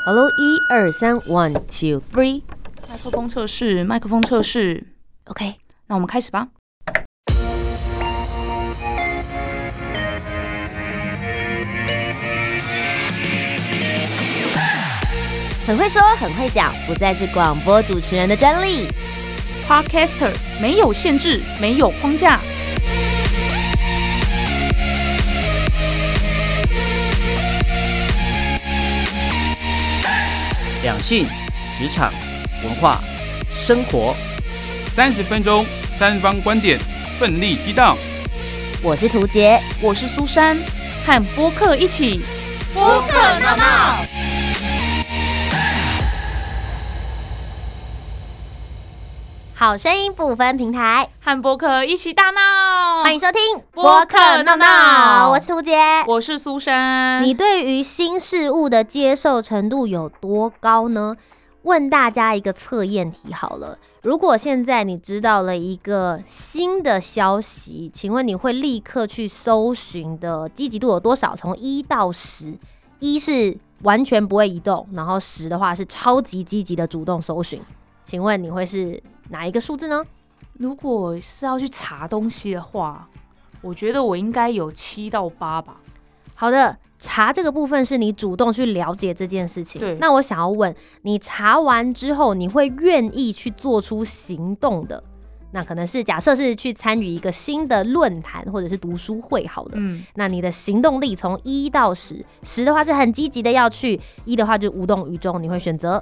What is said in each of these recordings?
Hello， 1、2、3，1、2、3， 麦克风测试，麦克风测试。OK， 那我们开始吧。 很会说，很会讲，不再是广播主持人的专利。 Podcaster 没有限制，没有框架。 两性、职场、文化、生活 ，30分钟，3方观点，奋力激荡。 我是涂杰， 我是苏珊，和播客一起播客闹闹。好声音不分平台， 和播客一起大闹。 欢迎收听播客闹闹，我是涂杰， 我是苏珊。 你对于新事物的接受程度有多高呢？问大家一个测验题好了，如果现在你知道了一个新的消息，请问你会立刻去搜寻的积极度有多少？从1到10， 1是完全不会移动，然后10的话是超级积极的主动搜寻，请问你会是哪一个数字呢？ 如果是要去查东西的话，我觉得我应该有7到8吧。 好的，查这个部分是你主动去了解这件事情。 对， 那我想要问你，查完之后你会愿意去做出行动的？那可能是假设是去参与一个新的论坛或者是读书会好了。那你的行动力从1到10， 10的话是很积极的要去，1的话就无动于衷，你会选择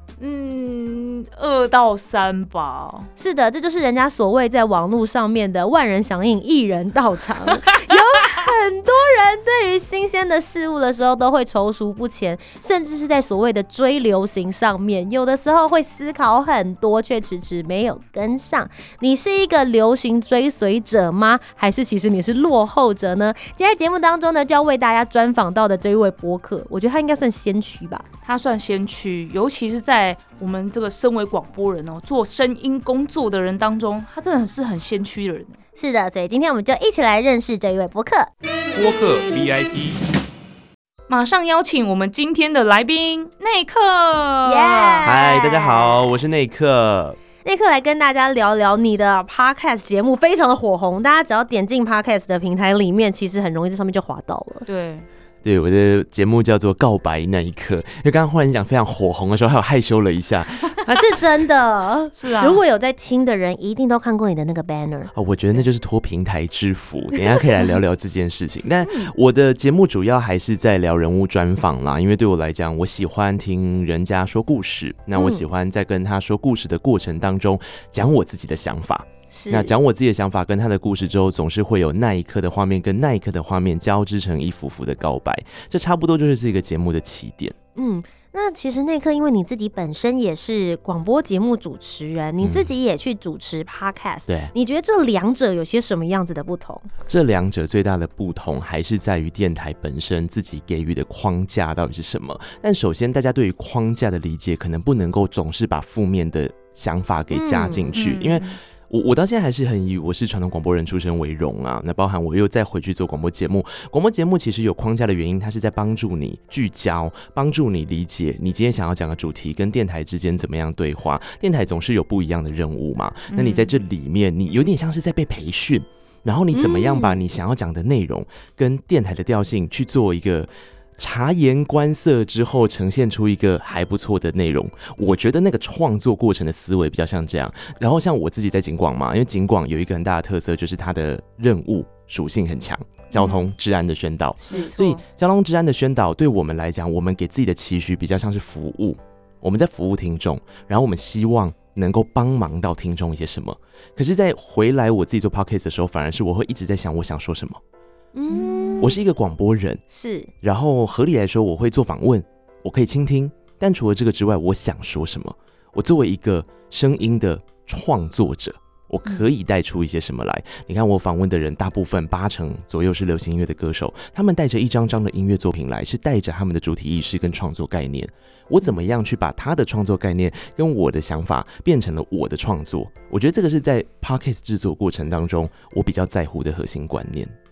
2到3吧。 是的，这就是人家所谓在网络上面的万人响应，一人到场。很多人对于新鲜的事物的时候都会踌躇不前，甚至是在所谓的追流行上面，有的时候会思考很多，却迟迟没有跟上。你是一个流行追随者吗？还是其实你是落后者呢？今天节目当中呢，就要为大家专访到的这一位播客，我觉得他应该算先驱吧。 他算先驱，尤其是在我们这个身为广播人做声音工作的人当中，他真的是很先驱的人。 是的，所以今天我们就一起来认识这一位播客。 播客 VIP， 马上邀请我们今天的来宾内克。 嗨，大家好，我是内克。 内克来跟大家聊聊你的 podcast 节目，非常的火红，大家只要点进 podcast 的平台里面，其实很容易在上面就滑到了。 对，我的节目叫做告白那一刻，因为刚刚忽然讲非常火红的时候，还有害羞了一下。 是真的， 是啊。 如果有在听的人，一定都看过你的那个 banner。 我觉得那就是托平台之福。等一下可以来聊聊这件事情。但我的节目主要还是在聊人物专访啦，因为对我来讲，我喜欢听人家说故事。那我喜欢在跟他说故事的过程当中，讲我自己的想法。那讲我自己的想法跟他的故事之后，总是会有那一刻的画面跟那一刻的画面交织成一幅幅的告白，这差不多就是这个节目的起点。 那其实内克，因为你自己本身也是广播节目主持人，你自己也去主持 podcast， 对， 你觉得这两者有些什么样子的不同？ 这两者最大的不同还是在于电台本身自己给予的框架到底是什么。但首先，大家对于框架的理解，可能不能够总是把负面的想法给加进去，因为我到现在还是很以我是传统广播人出身为荣啊。那包含我又再回去做广播节目，广播节目其实有框架的原因，它是在帮助你聚焦，帮助你理解你今天想要讲的主题跟电台之间怎么样对话。电台总是有不一样的任务嘛，那你在这里面，你有点像是在被培训，然后你怎么样把你想要讲的内容跟电台的调性去做一个察言观色之后，呈现出一个还不错的内容。我觉得那个创作过程的思维比较像这样。然后像我自己在警广嘛，因为警广有一个很大的特色，就是它的任务属性很强，交通治安的宣导。所以交通治安的宣导对我们来讲，我们给自己的期许比较像是服务，我们在服务听众，然后我们希望能够帮忙到听众一些什么。可是在回来我自己做 podcast 的时候，反而是我会一直在想我想说什么。我是一个广播人，然后合理来说，我会做访问，我可以倾听，但除了这个之外，我想说什么？我作为一个声音的创作者，我可以带出一些什么来？你看我访问的人，大部分80%左右是流行音乐的歌手，他们带着一张张的音乐作品来，是带着他们的主题意识跟创作概念。我怎么样去把他的创作概念跟我的想法变成了我的创作？我觉得这个是在 Podcast 制作过程当中我比较在乎的核心观念。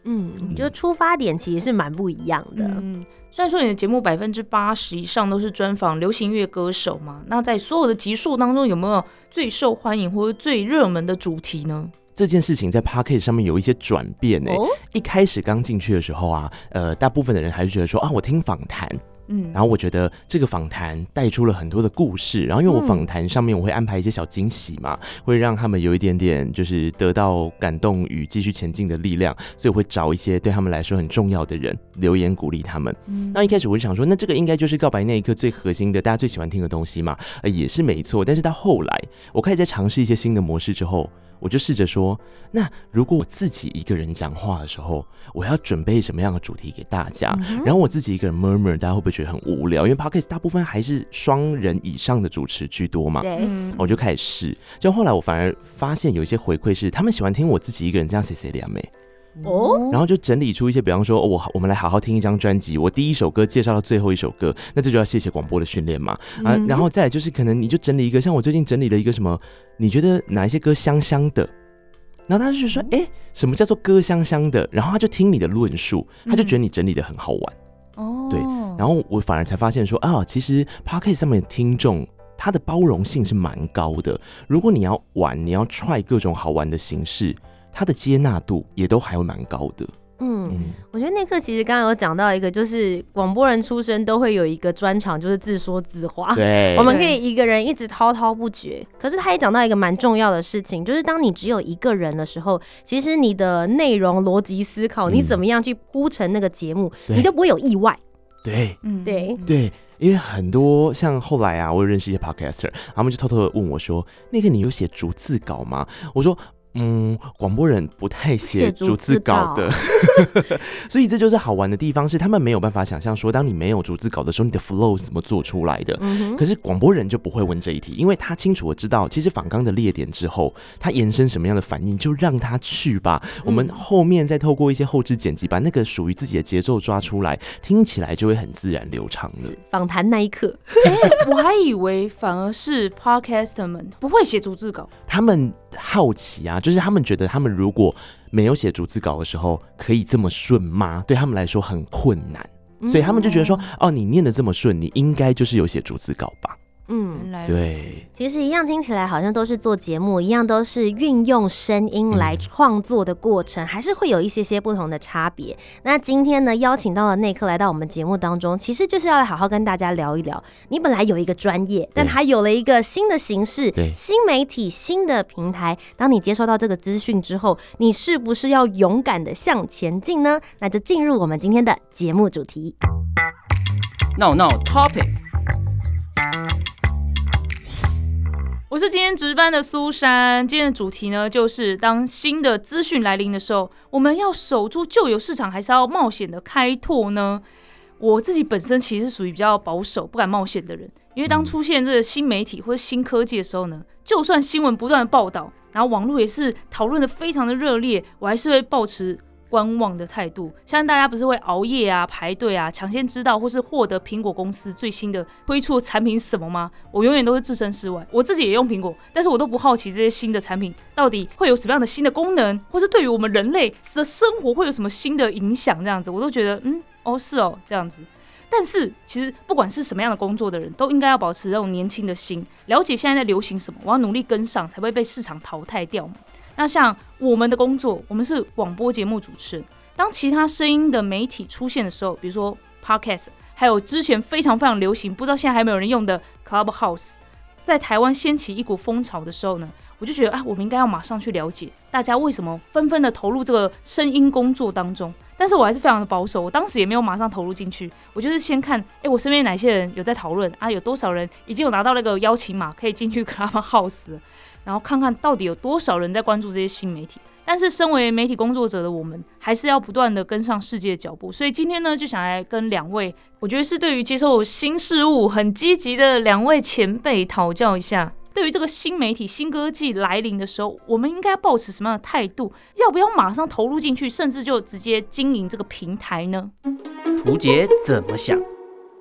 就出发点其实是蛮不一样的。 虽然说你的节目80%以上都是专访流行乐歌手嘛，那在所有的集数当中，有没有最受欢迎或者最热门的主题呢？ 这件事情在 Podcast 上面有一些转变一开始刚进去的时候啊，大部分的人还是觉得说我听访谈。然后我觉得这个访谈带出了很多的故事，然后因为我访谈上面我会安排一些小惊喜嘛，会让他们有一点点就是得到感动与继续前进的力量，所以我会找一些对他们来说很重要的人留言鼓励他们。那一开始我就想说，那这个应该就是告白那一刻最核心的大家最喜欢听的东西嘛，也是没错。但是到后来我开始在尝试一些新的模式之后，我就试着说，那如果我自己一个人讲话的时候，我要准备什么样的主题给大家？然后我自己一个人 murmur， 大家会不会觉得很无聊？因为 podcast 大部分还是双人以上的主持居多嘛。 对， 我就开始试，就后来我反而发现有一些回馈是，他们喜欢听我自己一个人这样谁凉然后就整理出一些，比方说我们来好好听一张专辑，我第一首歌介绍到最后一首歌，那这就要谢谢广播的训练嘛。然后再来就是可能你就整理一个，像我最近整理了一个什么，你觉得哪一些歌香香的？然后他就说，什么叫做歌香香的？然后他就听你的论述，他就觉得你整理的很好玩。对。然后我反而才发现说，其实 Podcast 上面的听众他的包容性是蛮高的。如果你要玩，你要 try 各种好玩的形式，他的接纳度也都还会蛮高的。 我觉得内克其实刚刚有讲到一个，就是广播人出身都会有一个专长，就是自说自话。 对， 我们可以一个人一直滔滔不绝。可是他也讲到一个蛮重要的事情，就是当你只有一个人的时候，其实你的内容、逻辑思考，你怎么样去铺成那个节目，你就不会有意外。 对， 对。 因为很多像后来啊，我有认识一些 podcaster， 他们就偷偷的问我说：“那个你有写逐字稿吗？”我说：“广播人不太写逐字稿的。”所以这就是好玩的地方，是他们没有办法想象说，当你没有逐字稿的时候，你的 flow 是怎么做出来的。可是广播人就不会问这一题，因为他清楚的知道，其实访纲的列点之后，他延伸什么样的反应，就让他去吧。我们后面再透过一些后置剪辑，把那个属于自己的节奏抓出来，听起来就会很自然流畅了。 访谈那一刻， 我还以为反而是 podcaster 们不会写逐字稿， 他们好奇啊，就是他们觉得他们如果没有写逐字稿的时候可以这么顺吗？对他们来说很困难，所以他们就觉得说，你念得这么顺，你应该就是有写逐字稿吧。对， 其实一样听起来好像都是做节目，一样都是运用声音来创作的过程，还是会有一些不同的差别。那今天呢，邀请到了内克来到我们节目当中，其实就是要来好好跟大家聊一聊，你本来有一个专业，但它有了一个新的形式、新媒体、新的平台。当你接收到这个资讯之后，你是不是要勇敢的向前进呢？那就进入我们今天的节目主题。 闹 topic。 我是今天值班的苏珊，今天的主题呢，就是当新的资讯来临的时候，我们要守住旧有市场，还是要冒险的开拓呢？我自己本身其实是属于比较保守、不敢冒险的人，因为当出现这个新媒体或者新科技的时候呢，就算新闻不断的报道，然后网络也是讨论的非常的热烈，我还是会抱持观望的态度。像大家不是会熬夜啊、排队啊，抢先知道或是获得苹果公司最新的推出的产品是什么吗？我永远都是置身事外。我自己也用苹果，但是我都不好奇这些新的产品到底会有什么样的新的功能，或是对于我们人类的生活会有什么新的影响，这样子我都觉得是哦这样子。但是其实不管是什么样的工作的人，都应该要保持这种年轻的心，了解现在在流行什么，我要努力跟上，才不会被市场淘汰掉嘛。那像我们的工作，我们是广播节目主持人，当其他声音的媒体出现的时候，比如说 podcast， 还有之前非常非常流行，不知道现在还有没有人用的 Clubhouse， 在台湾掀起一股风潮的时候呢，我就觉得我们应该要马上去了解大家为什么纷纷的投入这个声音工作当中。但是我还是非常的保守，我当时也没有马上投入进去，我就是先看我身边哪些人有在讨论啊，有多少人已经有拿到那个邀请码可以进去 Clubhouse， 然后看看到底有多少人在关注这些新媒体。但是身为媒体工作者的我们，还是要不断的跟上世界的脚步。所以今天呢，就想来跟两位我觉得是对于接受新事物很积极的两位前辈讨教一下，对于这个新媒体、新科技来临的时候，我们应该抱持什么样的态度？要不要马上投入进去，甚至就直接经营这个平台呢？ 图杰怎么想？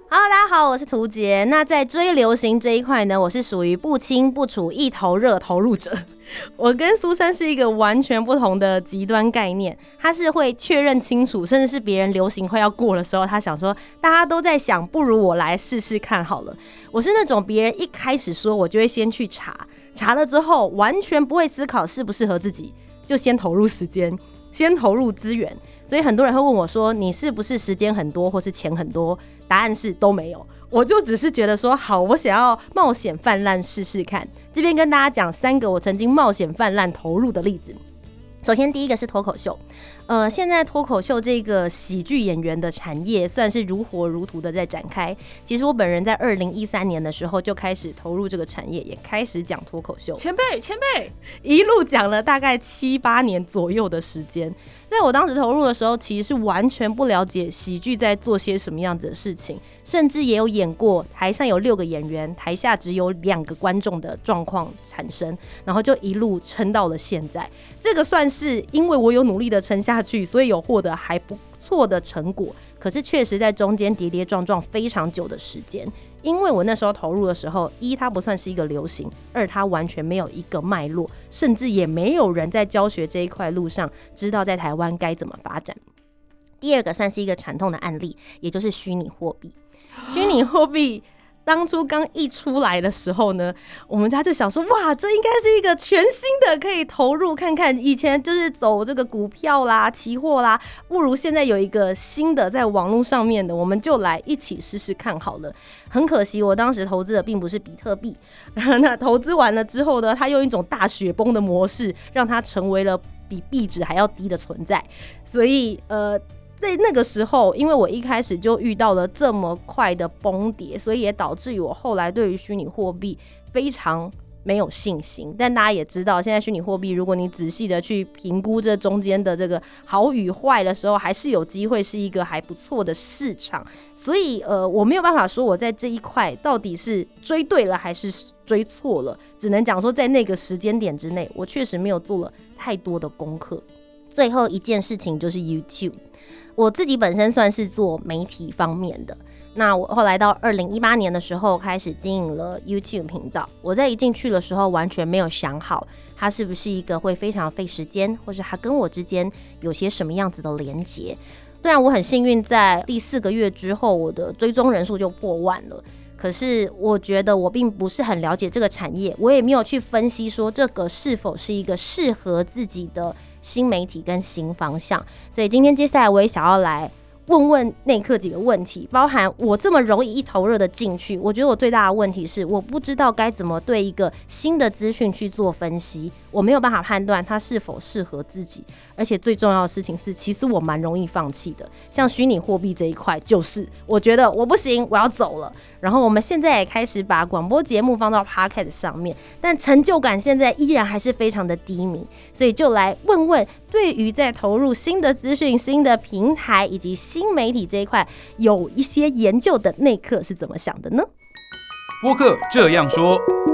Hello， 大家好，我是涂杰。那在追流行这一块呢，我是属于不清不楚一头热投入者。我跟苏珊是一个完全不同的极端概念，他是会确认清楚，甚至是别人流行快要过的时候，他想说大家都在想，不如我来试试看好了。我是那种别人一开始说，我就会先去查了之后，完全不会思考适不适合自己，就先投入时间，先投入资源。所以很多人会问我说，你是不是时间很多或是钱很多？答案是都没有，我就只是觉得说好，我想要冒险泛滥试试看。这边跟大家讲3个我曾经冒险泛滥投入的例子。首先第一个是脱口秀，现在脱口秀这个喜剧演员的产业算是如火如荼的在展开。其实我本人在2013年的时候就开始投入这个产业，也开始讲脱口秀。 前辈， 一路讲了大概7、8年左右的时间。在我当时投入的时候，其实是完全不了解喜剧在做些什么样子的事情，甚至也有演过台上有6个演员，台下只有2个观众的状况产生，然后就一路撑到了现在。这个算是因为我有努力的撑下去，所以有获得还不错的成果。可是确实在中间跌跌撞撞非常久的时间，因为我那时候投入的时候，一它不算是一个流行，二它完全没有一个脉络，甚至也没有人在教学这一块路上知道在台湾该怎么发展。第二个算是一个惨痛的案例，也就是虚拟货币。虚拟货币当初刚一出来的时候呢，我们家就想说，哇，这应该是一个全新的可以投入看看。以前就是走这个股票啦、期货啦，不如现在有一个新的在网络上面的，我们就来一起试试看好了。很可惜，我当时投资的并不是比特币。那投资完了之后呢，它用一种大雪崩的模式，让它成为了比币值还要低的存在。所以在那个时候，因为我一开始就遇到了这么快的崩跌，所以也导致于我后来对于虚拟货币非常没有信心。但大家也知道，现在虚拟货币如果你仔细的去评估这中间的这个好与坏的时候，还是有机会是一个还不错的市场。所以我没有办法说我在这一块到底是追对了还是追错了，只能讲说在那个时间点之内，我确实没有做了太多的功课。最后一件事情就是 YouTube。我自己本身算是做媒体方面的，那我后来到2018年的时候开始经营了 YouTube 频道。我在一进去的时候完全没有想好它是不是一个会非常费时间，或是它跟我之间有些什么样子的连结。虽然我很幸运在第4个月之后我的追踪人数就破万了，可是我觉得我并不是很了解这个产业，我也没有去分析说这个是否是一个适合自己的新媒体跟新方向。所以今天接下来我也想要来问问内克几个问题，包含我这么容易一头热的进去，我觉得我最大的问题是我不知道该怎么对一个新的资讯去做分析，我没有办法判断它是否适合自己，而且最重要的事情是其实我蛮容易放弃的。像虚拟货币这一块，就是我觉得我不行，我要走了。然后我们现在也开始把广播节目放到 Podcast 上面，但成就感现在依然还是非常的低迷，所以就来问问对于在投入新的资讯、新的平台以及新媒体这一块有一些研究的内克是怎么想的呢？ 播客这样说。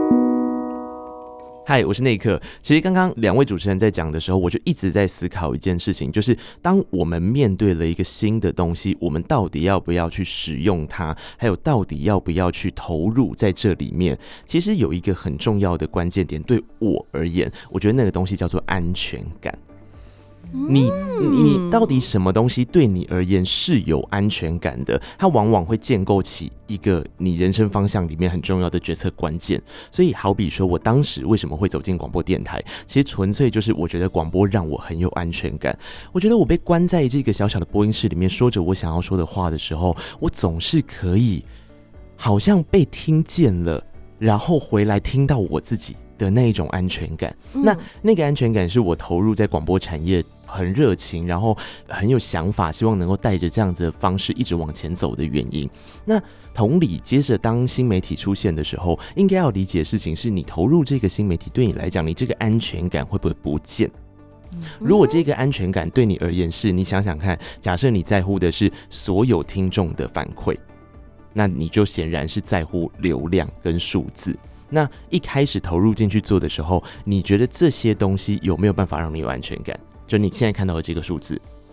嗨，我是内克。其实刚刚2位主持人在讲的时候，我就一直在思考一件事情，就是当我们面对了一个新的东西，我们到底要不要去使用它，还有到底要不要去投入在这里面。其实有一个很重要的关键点，对我而言，我觉得那个东西叫做安全感。你到底什么东西对你而言是有安全感的？它往往会建构起一个你人生方向里面很重要的决策关键。所以好比说我当时为什么会走进广播电台，其实纯粹就是我觉得广播让我很有安全感。我觉得我被关在这个小小的播音室里面，说着我想要说的话的时候，我总是可以好像被听见了，然后回来听到我自己的那一种安全感。那个安全感是我投入在广播产业很热情，然后很有想法，希望能够带着这样子的方式一直往前走的原因。那同理，接着当新媒体出现的时候，应该要理解的事情是，你投入这个新媒体对你来讲，你这个安全感会不会不见？如果这个安全感对你而言是，你想想看，假设你在乎的是所有听众的反馈，那你就显然是在乎流量跟数字。那一开始投入进去做的时候，你觉得这些东西有没有办法让你有安全感？就你现在看到的这个数字，你觉得这个数字对你而言是有安全感的吗？还是说你觉得这个数字对你而言是一个负面的？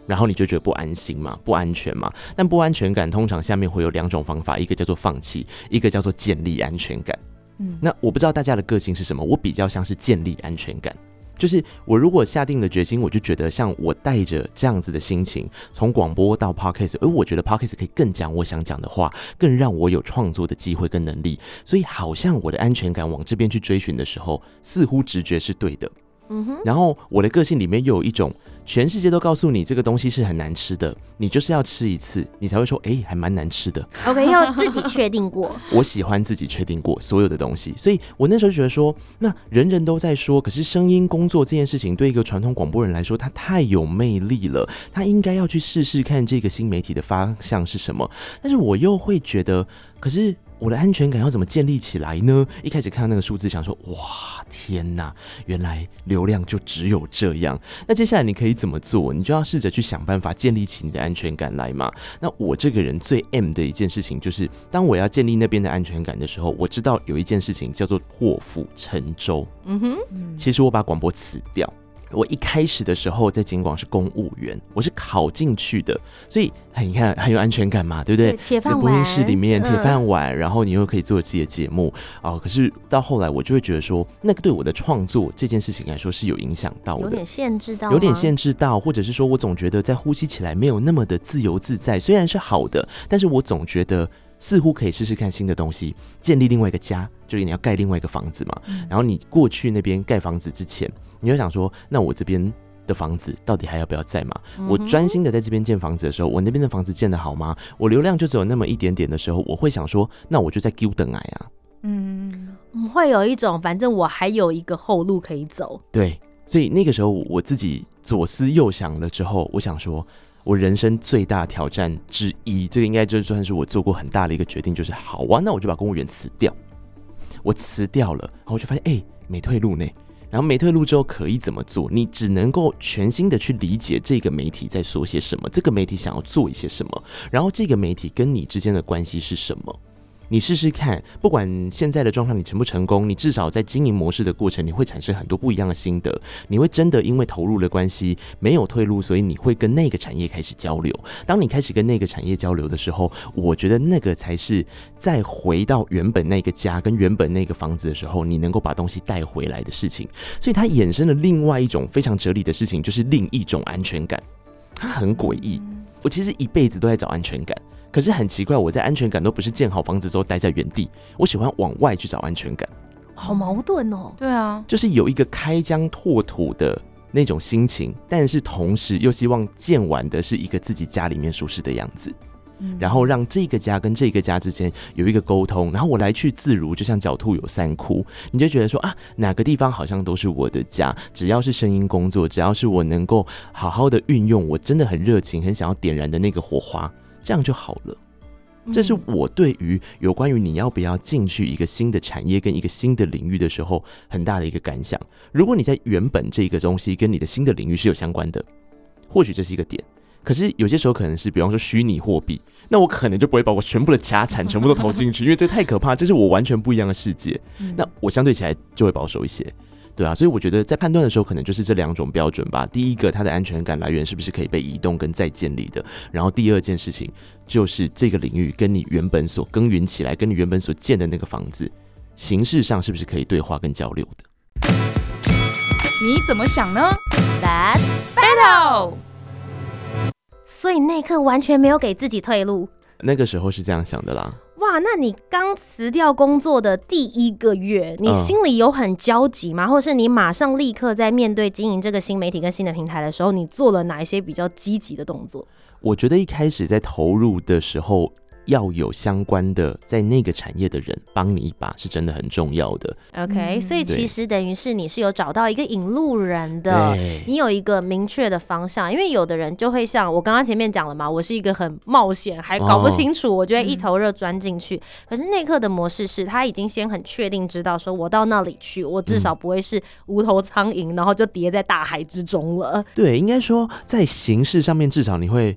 然后你就觉得不安心嘛，不安全嘛。但不安全感通常下面会有2种方法，一个叫做放弃，一个叫做建立安全感。那我不知道大家的个性是什么，我比较像是建立安全感。就是我如果下定了决心，我就觉得像我带着这样子的心情，从广播到 podcast， 而我觉得 podcast 可以更讲我想讲的话，更让我有创作的机会跟能力，所以好像我的安全感往这边去追寻的时候，似乎直觉是对的。然后我的个性里面又有一种，全世界都告诉你这个东西是很难吃的，你就是要吃一次，你才会说，还蛮难吃的。 OK， 要自己确定过。 我喜欢自己确定过所有的东西，所以我那时候就觉得说，那人人都在说，可是声音工作这件事情对一个传统广播人来说，它太有魅力了，他应该要去试试看这个新媒体的方向是什么。但是我又会觉得，可是我的安全感要怎么建立起来呢？一开始看到那个数字，想说，哇，天哪，原来流量就只有这样。那接下来你可以怎么做？你就要试着去想办法建立起你的安全感来嘛。那我这个人最 M 的一件事情，就是当我要建立那边的安全感的时候，我知道有一件事情叫做破釜沉舟。其实我把广播辞掉。我一开始的时候在警广是公务员，我是考进去的，所以你看很有安全感嘛，对不对？ 铁饭碗， 在播音室里面铁饭碗，然后你又可以做自己的节目可是到后来我就会觉得说，那个对我的创作这件事情来说是有影响到的， 有点限制到， 或者是说我总觉得在呼吸起来没有那么的自由自在，虽然是好的，但是我总觉得似乎可以试试看新的东西，建立另外一个家，就是你要盖另外一个房子嘛。然后你过去那边盖房子之前，你就想说，那我这边的房子到底还要不要在嘛？我专心的在这边建房子的时候，我那边的房子建得好吗？我流量就只有那么一点点的时候，我会想说，那我就在丢等来啊。 会有一种反正我还有一个后路可以走。 对，所以那个时候我自己左思右想了之后，我想说，我人生最大挑战之一，这个应该就算是我做过很大的一个决定，就是好啊，那我就把公务员辞掉。我辞掉了，然后我就发现，没退路呢。然后没退路之后可以怎么做？你只能够全心的去理解这个媒体在说些什么，这个媒体想要做一些什么，然后这个媒体跟你之间的关系是什么。你试试看，不管现在的状况你成不成功，你至少在经营模式的过程，你会产生很多不一样的心得。你会真的因为投入的关系没有退路，所以你会跟那个产业开始交流。当你开始跟那个产业交流的时候，我觉得那个才是再回到原本那个家跟原本那个房子的时候，你能够把东西带回来的事情。所以它衍生了另外一种非常哲理的事情，就是另一种安全感。它很诡异，我其实一辈子都在找安全感。可是很奇怪，我在安全感都不是建好房子之后待在原地，我喜欢往外去找安全感。 好矛盾哦。 对啊， 就是有一个开疆拓土的那种心情，但是同时又希望建完的是一个自己家里面舒适的样子。然后让这个家跟这个家之间有一个沟通，然后我来去自如，就像狡兔有3窟，你就觉得说哪个地方好像都是我的家，只要是声音工作，只要是我能够好好的运用我真的很热情很想要点燃的那个火花，这样就好了。这是我对于有关于你要不要进去一个新的产业跟一个新的领域的时候很大的一个感想。如果你在原本这个东西跟你的新的领域是有相关的，或许这是一个点。可是有些时候可能是比方说虚拟货币，那我可能就不会把我全部的家产全部都投进去，因为这太可怕，这是我完全不一样的世界。那我相对起来就会保守一些。对啊，所以我觉得在判断的时候，可能就是这2种标准吧。第一个，它的安全感来源是不是可以被移动跟再建立的？然后第二件事情就是这个领域跟你原本所耕耘起来，跟你原本所建的那个房子，形式上是不是可以对话跟交流的？ 你怎么想呢 ？Let's battle。所以那刻完全没有给自己退路。 那个时候是这样想的啦。 哇，那你刚辞掉工作的第1个月，你心里有很焦急吗？或者是你马上立刻在面对经营这个新媒体跟新的平台的时候，你做了哪一些比较积极的动作？ 我觉得一开始在投入的时候，要有相关的在那个产业的人帮你一把，是真的很重要的。 OK， 所以其实等于是你是有找到一个引路人的，你有一个明确的方向。因为有的人就会像我刚刚前面讲了嘛，我是一个很冒险还搞不清楚，我就会一头热钻进去。可是内克的模式是他已经先很确定知道说我到那里去，我至少不会是无头苍蝇，然后就跌在大海之中了。 对，应该说在形式上面至少你会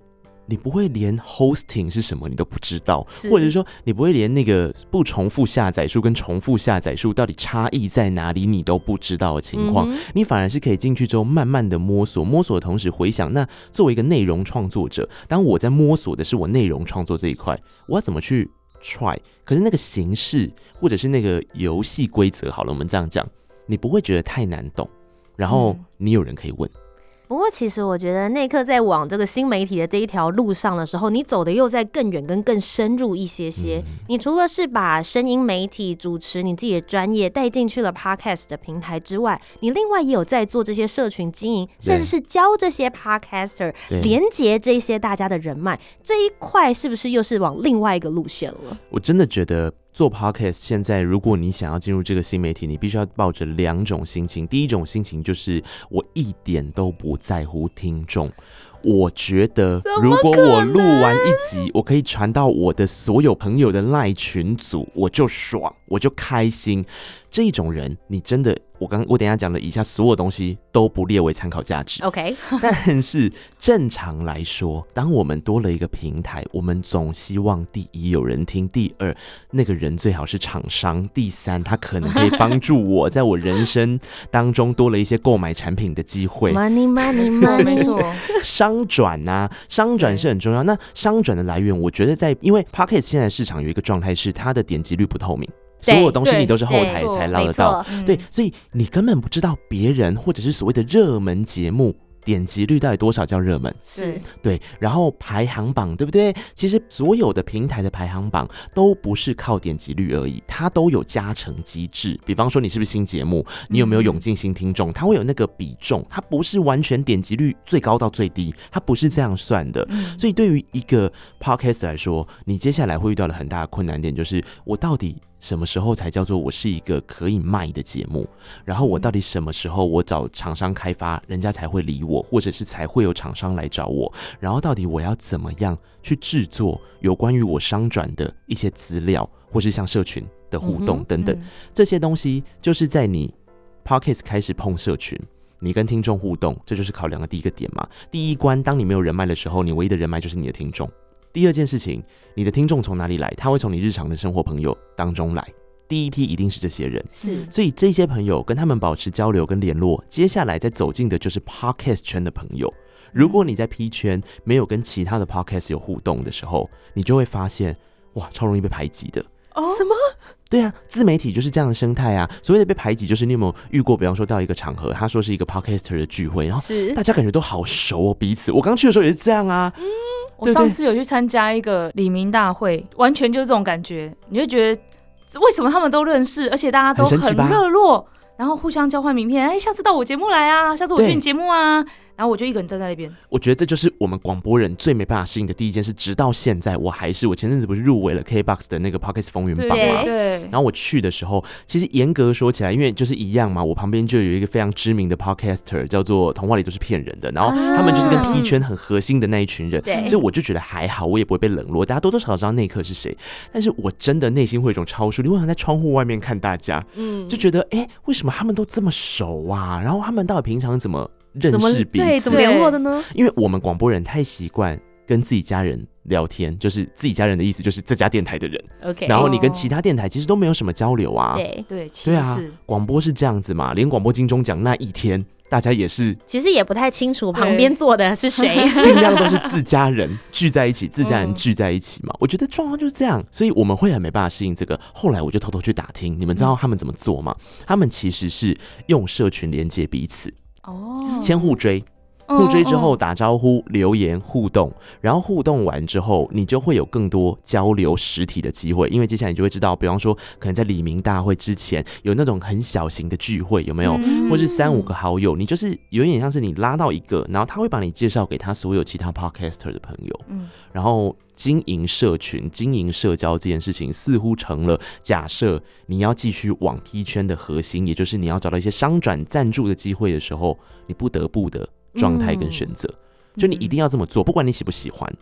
你不会连 hosting 是什么你都不知道，或者说你不会连那个不重复下载数跟重复下载数到底差异在哪里你都不知道的情况，你反而是可以进去之后慢慢的摸索的同时回想，那作为一个内容创作者，当我在摸索的是我内容创作这一块，我要怎么去 try， 可是那个形式或者是那个游戏规则，好了，我们这样讲，你不会觉得太难懂，然后你有人可以问。 不过其实我觉得内克在往这个新媒体的这一条路上的时候，你走的又在更远跟更深入一些些。你除了是把声音媒体主持你自己的专业带进去了 podcast 的平台之外，你另外也有在做这些社群经营，甚至是教这些 podcaster 连结这些大家的人脉，这一块是不是又是往另外一个路线了？ 我真的觉得做 podcast 现在如果你想要进入这个新媒体，你必须要抱着2种心情。第一种心情就是我一点都不在乎听众，我觉得如果我录完一集我可以传到我的所有朋友的 LINE 群组，我就爽，我就开心。这一种人你真的，我等一下讲的以下所有东西都不列为参考价值 OK 但是正常来说，当我们多了一个平台，我们总希望第一有人听，第二那个人最好是厂商，第三他可能可以帮助我在我人生当中多了一些购买产品的机会。 money 没错， 商转啊，商转是很重要。那商转的来源，我觉得因为 Podcast 现在市场有一个状态是它的点击率不透明，所有东西你都是后台才捞得到，对，所以你根本不知道别人或者是所谓的热门节目点击率到底多少叫热门， 是对，然后排行榜对不对？其实所有的平台的排行榜都不是靠点击率而已，它都有加成机制。比方说你是不是新节目，你有没有涌进新听众，它会有那个比重，它不是完全点击率最高到最低，它不是这样算的。所以对于一个 podcast 来说，你接下来会遇到的很大的困难点就是我到底什么时候才叫做我是一个可以卖的节目？然后我到底什么时候我找厂商开发，人家才会理我，或者是才会有厂商来找我？然后到底我要怎么样去制作有关于我商转的一些资料，或是像社群的互动等等，这些东西就是在你 Podcast 开始碰社群，你跟听众互动，这就是考量的第一个点嘛。第一关，当你没有人脉的时候，你唯一的人脉就是你的听众。第二件事情，你的听众从哪里来？他会从你日常的生活朋友当中来，第一批一定是这些人， 是， 所以这些朋友跟他们保持交流跟联络，接下来再走进的就是 podcast 圈的朋友。如果你在 P 圈没有跟其他的 podcast 有互动的时候，你就会发现，哇，超容易被排挤的。 什么？ 对啊，自媒体就是这样的生态啊。所谓的被排挤，就是你有没有遇过，比方说到一个场合，他说是一个 podcaster 的聚会，然后大家感觉都好熟哦，彼此。我刚去的时候也是这样啊。 我上次有去参加一个李明大会，完全就是这种感觉，你会觉得为什么他们都认识，而且大家都很热络，然后互相交换名片，哎，下次到我节目来啊，下次我去你节目啊，然后我就一个人站在那边。我觉得这就是我们广播人最没办法适应的第一件事，直到现在我前阵子不是入围了 KBOX 的那个 Podcast 风云榜吗？ 对。 然后我去的时候，其实严格说起来，因为就是一样嘛，我旁边就有一个非常知名的 Podcaster 叫做童话里都是骗人的，然后他们就是跟 P 圈很核心的那一群人，所以我就觉得还好，我也不会被冷落，大家多多少少知道内克是谁。但是我真的内心会有一种超疏离，我想在窗户外面看大家，就觉得为什么他们都这么熟啊？然后他们到底平常怎么认识彼此？ 对，怎么联络的呢？ 因为我们广播人太习惯跟自己家人聊天，就是自己家人的意思就是这家电台的人。 OK， 然后你跟其他电台其实都没有什么交流啊。 对，其实是广播是这样子嘛，连广播金钟奖那一天，大家也是其实也不太清楚旁边坐的是谁， 尽量都是自家人聚在一起，自家人聚在一起嘛。我觉得状况就是这样，所以我们会很没办法适应这个。后来我就偷偷去打听，你们知道他们怎么做吗？他们其实是用社群连接彼此，先互追。互追之后打招呼、留言、互动，然后互动完之后，你就会有更多交流实体的机会，因为接下来你就会知道，比方说可能在李明大会之前有那种很小型的聚会，有没有？或是3-5个好友，你就是有点像是你拉到一个，然后他会把你介绍给他所有其他 podcaster 的朋友，然后经营社群、经营社交这件事情，似乎成了假设你要继续往 P 圈的核心，也就是你要找到一些商转赞助的机会的时候，你不得不的状态跟选择，就你一定要这么做，不管你喜不喜欢，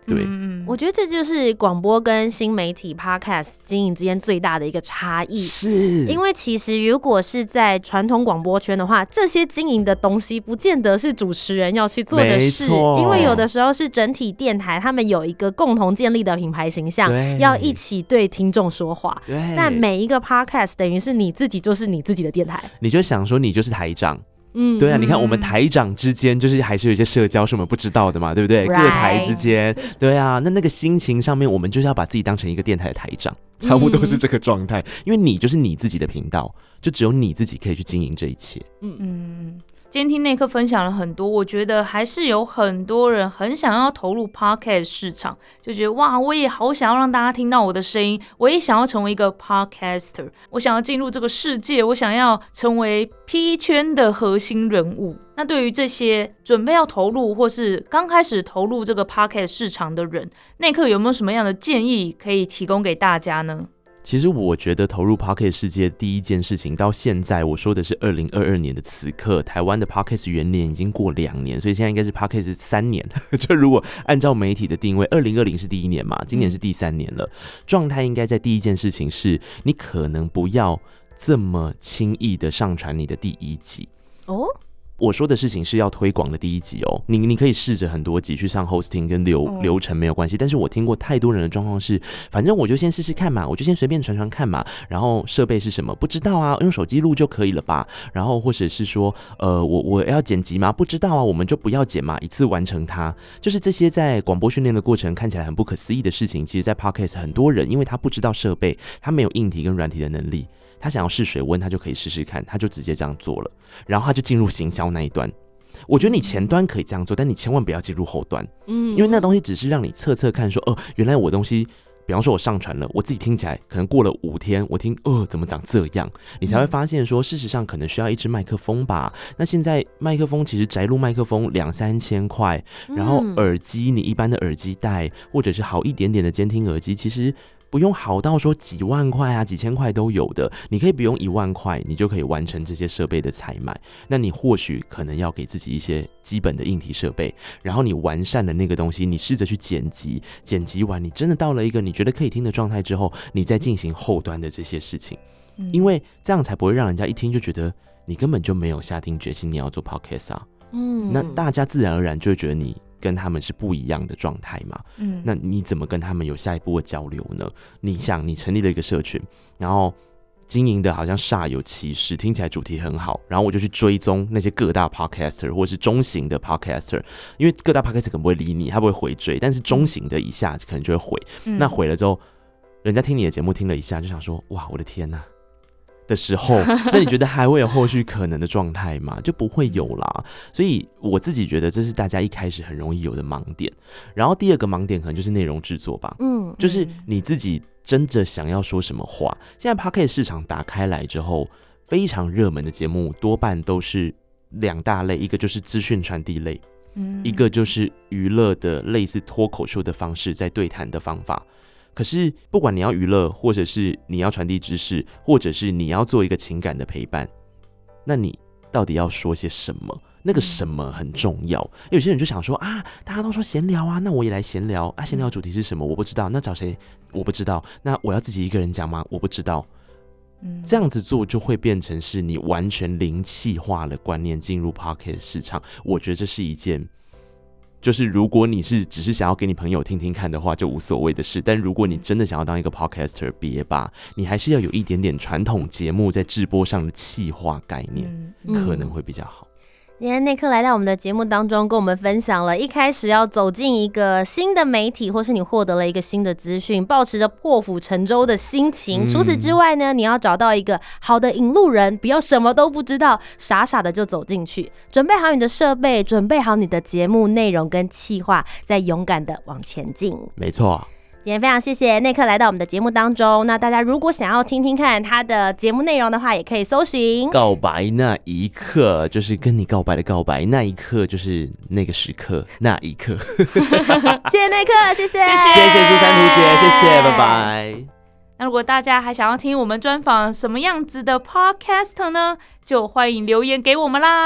对， 我觉得这就是广播跟新媒体 podcast 经营之间最大的一个差异。 是因为其实如果是在传统广播圈的话，这些经营的东西不见得是主持人要去做的事，因为有的时候是整体电台他们有一个共同建立的品牌形象，要一起对听众说话。但每一个 podcast 等于是你自己就是你自己的电台， 你就想说你就是台长。对啊，你看我们台长之间就是还是有一些社交是我们不知道的嘛，对不对？各台之间，对啊，那个心情上面，我们就是要把自己当成一个电台的台长，差不多是这个状态。因为你就是你自己的频道，就只有你自己可以去经营这一切。 今天听内克分享了很多，我觉得还是有很多人很想要投入 podcast 市场，就觉得哇，我也好想要让大家听到我的声音，我也想要成为一个 podcaster， 我想要进入这个世界，我想要成为 P 圈的核心人物。那对于这些准备要投入或是刚开始投入这个 podcast 市场的人，内克有没有什么样的建议可以提供给大家呢？ 其实我觉得投入 Podcast 世界第一件事情，到现在我说的是2022年的此刻，台湾的 Podcast 元年已经过2年，所以现在应该是 Podcast 3年。就如果按照媒体的定位，2020是第1年嘛，今年是第3年了。状态应该在第一件事情是，你可能不要这么轻易的上传你的第1集哦。我说的事情是要推广的第1集哦，你可以试着很多集去上 hosting 跟流程没有关系，但是我听过太多人的状况是，反正我就先试试看嘛，我就先随便传传看嘛，然后设备是什么不知道啊，用手机录就可以了吧，然后或者是说我要剪辑吗？不知道啊，我们就不要剪嘛，一次完成它。就是这些在广播训练的过程看起来很不可思议的事情，其实在 podcast 很多人因为他不知道设备，他没有硬体跟软体的能力，他想要试水温，他就可以试试看，他就直接这样做了，然后他就进入行销那一端。我觉得你前端可以这样做，但你千万不要进入后端，因为那东西只是让你测测看说，原来我东西，比方说我上传了，我自己听起来可能过了5天，我听怎么长这样，你才会发现说，事实上可能需要一支麦克风吧。那现在麦克风其实宅录麦克风2-3千块，然后耳机你一般的耳机戴，或者是好一点点的监听耳机，其实不用好到说几万块啊几千块都有的，你可以不用1万块，你就可以完成这些设备的采买。那你或许可能要给自己一些基本的硬体设备，然后你完善的那个东西，你试着去剪辑，剪辑完你真的到了一个你觉得可以听的状态之后，你再进行后端的这些事情，因为这样才不会让人家一听就觉得你根本就没有下定决心你要做 podcast 啊。那大家自然而然就会觉得你跟他们是不一样的状态嘛，那你怎么跟他们有下一步的交流呢？你想，你成立了一个社群，然后经营的好像煞有其事，听起来主题很好，然后我就去追踪那些各大 podcaster 或是中型的 podcaster， 因为各大 podcaster 可能不会理你，他不会回追，但是中型的一下可能就会回，那回了之后，人家听你的节目听了一下，就想说，哇，我的天哪！的时候，那你觉得还会有后续可能的状态吗？就不会有啦。所以我自己觉得这是大家一开始很容易有的盲点。然后第二个盲点可能就是内容制作吧，就是你自己真的想要说什么话。现在 Podcast 市场打开来之后，非常热门的节目多半都是2大类，一个就是资讯传递类，一个就是娱乐的类似脱口秀的方式在对谈的方法。可是不管你要娱乐，或者是你要传递知识，或者是你要做一个情感的陪伴，那你到底要说些什么？那个什么很重要。有些人就想说啊，大家都说闲聊啊，那我也来闲聊啊。闲聊主题是什么？我不知道。那找谁？我不知道。那我要自己一个人讲吗？我不知道。这样子做就会变成是你完全零企划的观念进入 Podcast 市场。我觉得这是一件。就是如果你是只是想要给你朋友听听看的话，就无所谓的事。但如果你真的想要当一个 podcaster， 别吧，你还是要有一点点传统节目在直播上的企划概念，可能会比较好。 今天内克来到我们的节目当中，跟我们分享了一开始要走进一个新的媒体，或是你获得了一个新的资讯，抱持着破釜沉舟的心情。除此之外呢，你要找到一个好的引路人，不要什么都不知道，傻傻的就走进去，准备好你的设备，准备好你的节目内容跟企划，再勇敢的往前进。 没错。 今天非常谢谢内克来到我们的节目当中。那大家如果想要听听看他的节目内容的话，也可以搜寻告白那一刻，就是跟你告白的告白，那一刻就是那个时刻，那一刻。 谢谢内克，谢谢， 谢谢苏珊图姐，谢谢，拜拜。 那如果大家还想要听我们专访什么样子的 podcast 呢，就欢迎留言给我们啦。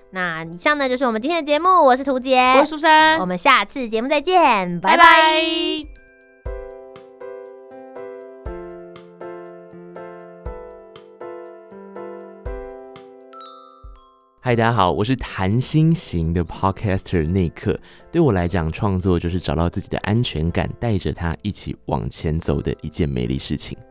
那以上呢就是我们今天的节目，我是涂杰， 我是苏珊， 我们下次节目再见，拜拜拜。 拜。 嗨，大家好，我是谈心型的 podcaster 内克。对我来讲，创作就是找到自己的安全感，带着它一起往前走的一件美丽事情。